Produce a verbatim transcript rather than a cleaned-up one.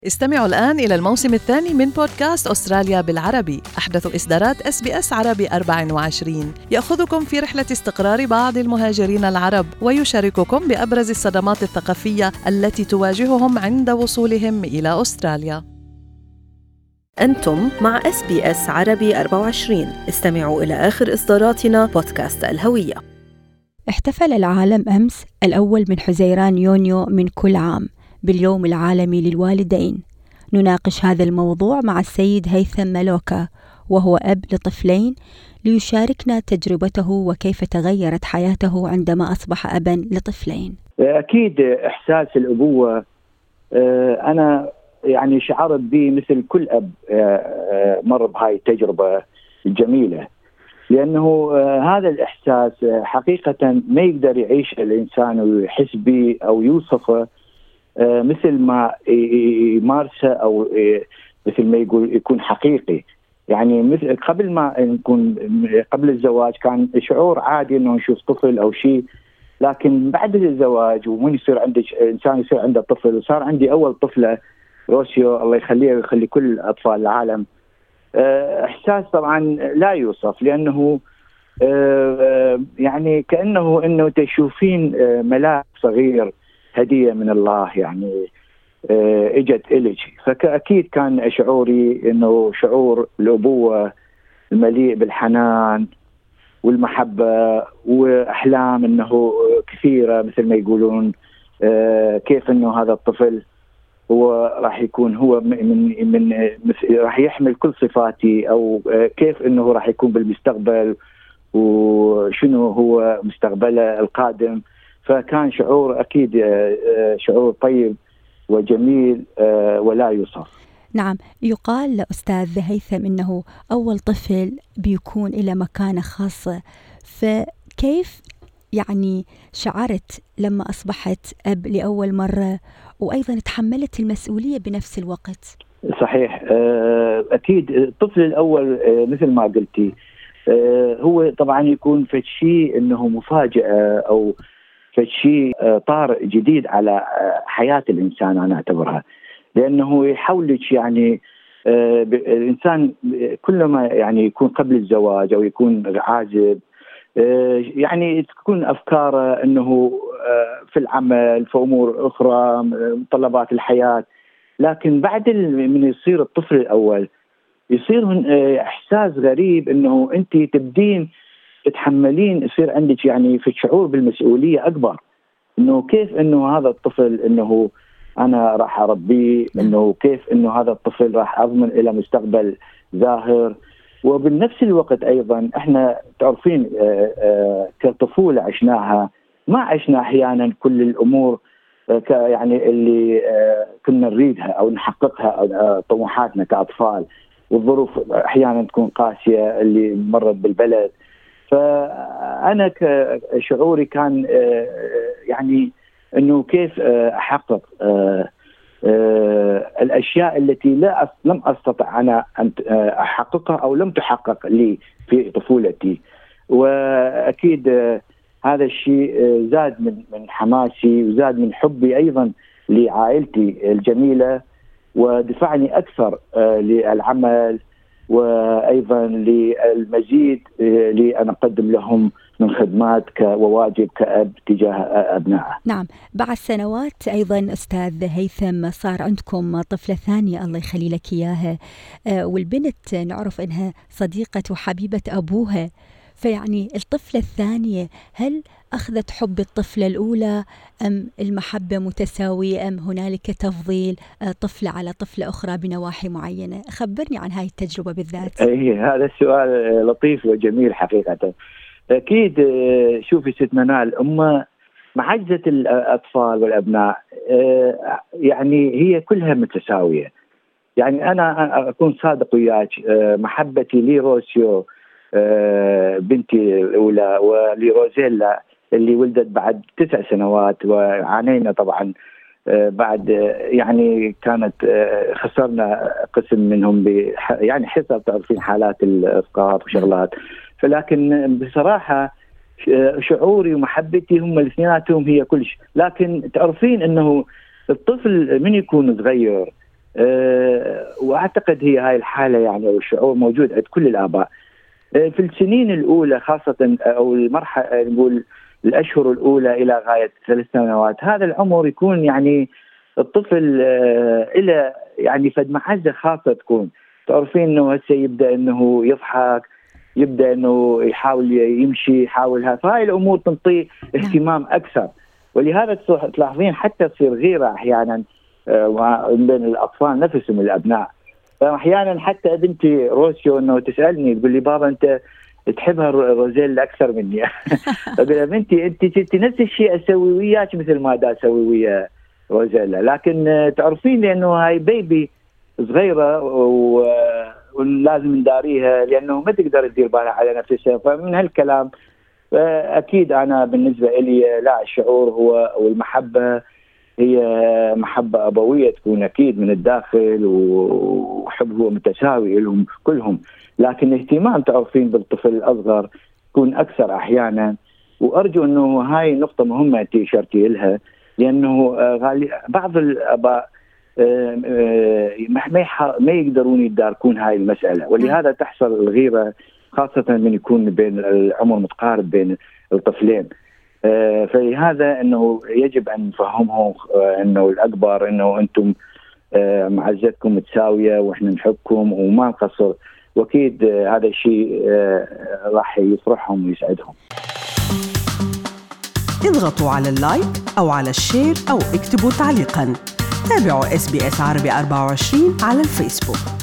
استمعوا الآن إلى الموسم الثاني من بودكاست أستراليا بالعربي، أحدث إصدارات إس بي إس عربي أربعة وعشرين، يأخذكم في رحلة استقرار بعض المهاجرين العرب ويشارككم بأبرز الصدمات الثقافية التي تواجههم عند وصولهم إلى أستراليا. أنتم مع إس بي إس عربي أربعة وعشرين. استمعوا إلى آخر إصداراتنا بودكاست الهوية. احتفل العالم أمس الأول من حزيران يونيو من كل عام باليوم العالمي للوالدين. نناقش هذا الموضوع مع السيد هيثم ملوكا، وهو أب لطفلين، ليشاركنا تجربته وكيف تغيرت حياته عندما أصبح أبا لطفلين. أكيد إحساس الأبوة أنا يعني شعرت به مثل كل أب مر بهاي التجربة الجميلة، لأنه هذا الإحساس حقيقة ما يقدر يعيش الإنسان ويحس به أو يوصفه مثل ما يمارسه أو مثل ما يقول يكون حقيقي. يعني مثل قبل ما نكون قبل الزواج كان شعور عادي إنه نشوف طفل أو شيء، لكن بعد الزواج ومن يصير عندك إنسان يصير عنده طفل، وصار عندي أول طفلة روسيو الله يخليه ويخلي كل أطفال العالم، إحساس طبعا لا يوصف، لأنه يعني كأنه إنه تشوفين ملاك صغير هدية من الله، يعني اجت إليك. فأكيد كان شعوري إنه شعور الأبوة المليء بالحنان والمحبة وأحلام إنه كثيرة، مثل ما يقولون كيف إنه هذا الطفل هو راح يكون هو من من راح يحمل كل صفاتي، أو كيف إنه راح يكون بالمستقبل وشنو هو مستقبله القادم. فكان شعور أكيد شعور طيب وجميل ولا يوصف. نعم، يقال لأستاذ هيثم إنه أول طفل بيكون إلى مكانة خاصة، فكيف يعني شعرت لما أصبحت أب لأول مرة وأيضا تحملت المسؤولية بنفس الوقت؟ صحيح، أكيد الطفل الأول مثل ما قلتي هو طبعا يكون في شيء إنه مفاجأة أو فشيء طارئ جديد على حياة الإنسان، أنا أعتبرها، لأنه يحولك يعني الإنسان كلما يعني يكون قبل الزواج أو يكون عازب، يعني تكون أفكاره أنه في العمل في أمور أخرى متطلبات الحياة، لكن بعد من يصير الطفل الأول يصير إحساس غريب أنه أنت تبدين تتحملين، يصير عندك يعني في الشعور بالمسؤولية أكبر، إنه كيف إنه هذا الطفل إنه أنا راح أربيه، إنه كيف إنه هذا الطفل راح أضمن إلى مستقبل زاهر. وبالنفس الوقت أيضا إحنا تعرفين كطفولة عشناها، ما عشنا أحيانا كل الأمور يعني اللي كنا نريدها أو نحققها أو طموحاتنا كأطفال، والظروف أحيانا تكون قاسية اللي مرت بالبلد. فأنا شعوري كان يعني أنه كيف أحقق الأشياء التي لا لم أستطع أنا أن أحققها أو لم تحقق لي في طفولتي. وأكيد هذا الشيء زاد من من حماسي وزاد من حبي أيضا لعائلتي الجميلة، ودفعني أكثر للعمل وأيضا للمزيد لأن أقدم لهم من خدمات وواجب كأب تجاه أبنائه. نعم، بعد سنوات أيضا أستاذ هيثم صار عندكم طفلة ثانية الله يخلي لك إياها، والبنت نعرف أنها صديقة وحبيبة أبوها، فيعني الطفلة الثانية هل أخذت حب الطفلة الأولى أم المحبة متساوية أم هنالك تفضيل طفلة على طفلة أخرى بنواحي معينة؟ خبرني عن هاي التجربة بالذات. أيه، هذا السؤال لطيف وجميل حقيقة. أكيد شوفي ست منال، أم معجزة الأطفال والأبناء يعني هي كلها متساوية. يعني أنا أكون صادق وياك، محبتي لي روسيو بنتي الأولى ولروزيلا اللي ولدت بعد تسع سنوات، وعانينا طبعا بعد يعني كانت خسرنا قسم منهم يعني حسب تعرفين حالات الإسقاط وشغلات. فلكن بصراحة شعوري ومحبتي هم الاثنيناتهم هي كل شيء. لكن تعرفين أنه الطفل من يكون صغير وأعتقد هي هاي الحالة يعني أو الشعور موجود عند كل الآباء في السنين الأولى خاصة، أو المرحلة نقول الأشهر الأولى إلى غاية ثلاث سنوات. هذا العمر يكون يعني الطفل إلى يعني فد معزة خاصة تكون، تعرفين إنه هسه يبدأ إنه يضحك، يبدأ إنه يحاول يمشي، يحاولها، فهاي الأمور تنطي اهتمام أكثر. ولهذا تلاحظين حتى تصير غيرة أحيانا بين الأطفال نفسهم الأبناء. فأحيانا حتى بنتي روسيو إنه تسألني تقول لي بابا أنت تحبها روزيلا أكثر مني. أقول لها بنتي أنت أنت نفس الشيء أسوي وياك مثل ما دا أسوي ويا روزيلا، لكن تعرفين لأنه هاي بيبي صغيرة ولازم نداريها لأنه ما تقدر تدير بالها على نفسها. فمن هالكلام أكيد أنا بالنسبة لي لا، الشعور هو والمحبة هي محبة أبوية تكون أكيد من الداخل، وحب هو متساوي لهم كلهم، لكن اهتمام تعرفين بالطفل الأصغر يكون أكثر أحيانا. وأرجو أنه هاي نقطة مهمة أنت إشارتي لها، لأنه بعض الآباء ما يقدرون يداركون هاي المسألة، ولهذا تحصل الغيرة خاصة من يكون بين العمر متقارب بين الطفلين. فلهذا أنه يجب أن نفهمهم أنه الأكبر أنه أنتم معزتكم متساوية وإحنا نحبكم وما نقصر، وأكيد هذا الشيء راح يفرحهم ويسعدهم. اضغطوا على اللايك أو على الشير أو اكتبوا تعليقاً. تابعوا إس بي إس عربي أربعة وعشرين على الفيسبوك.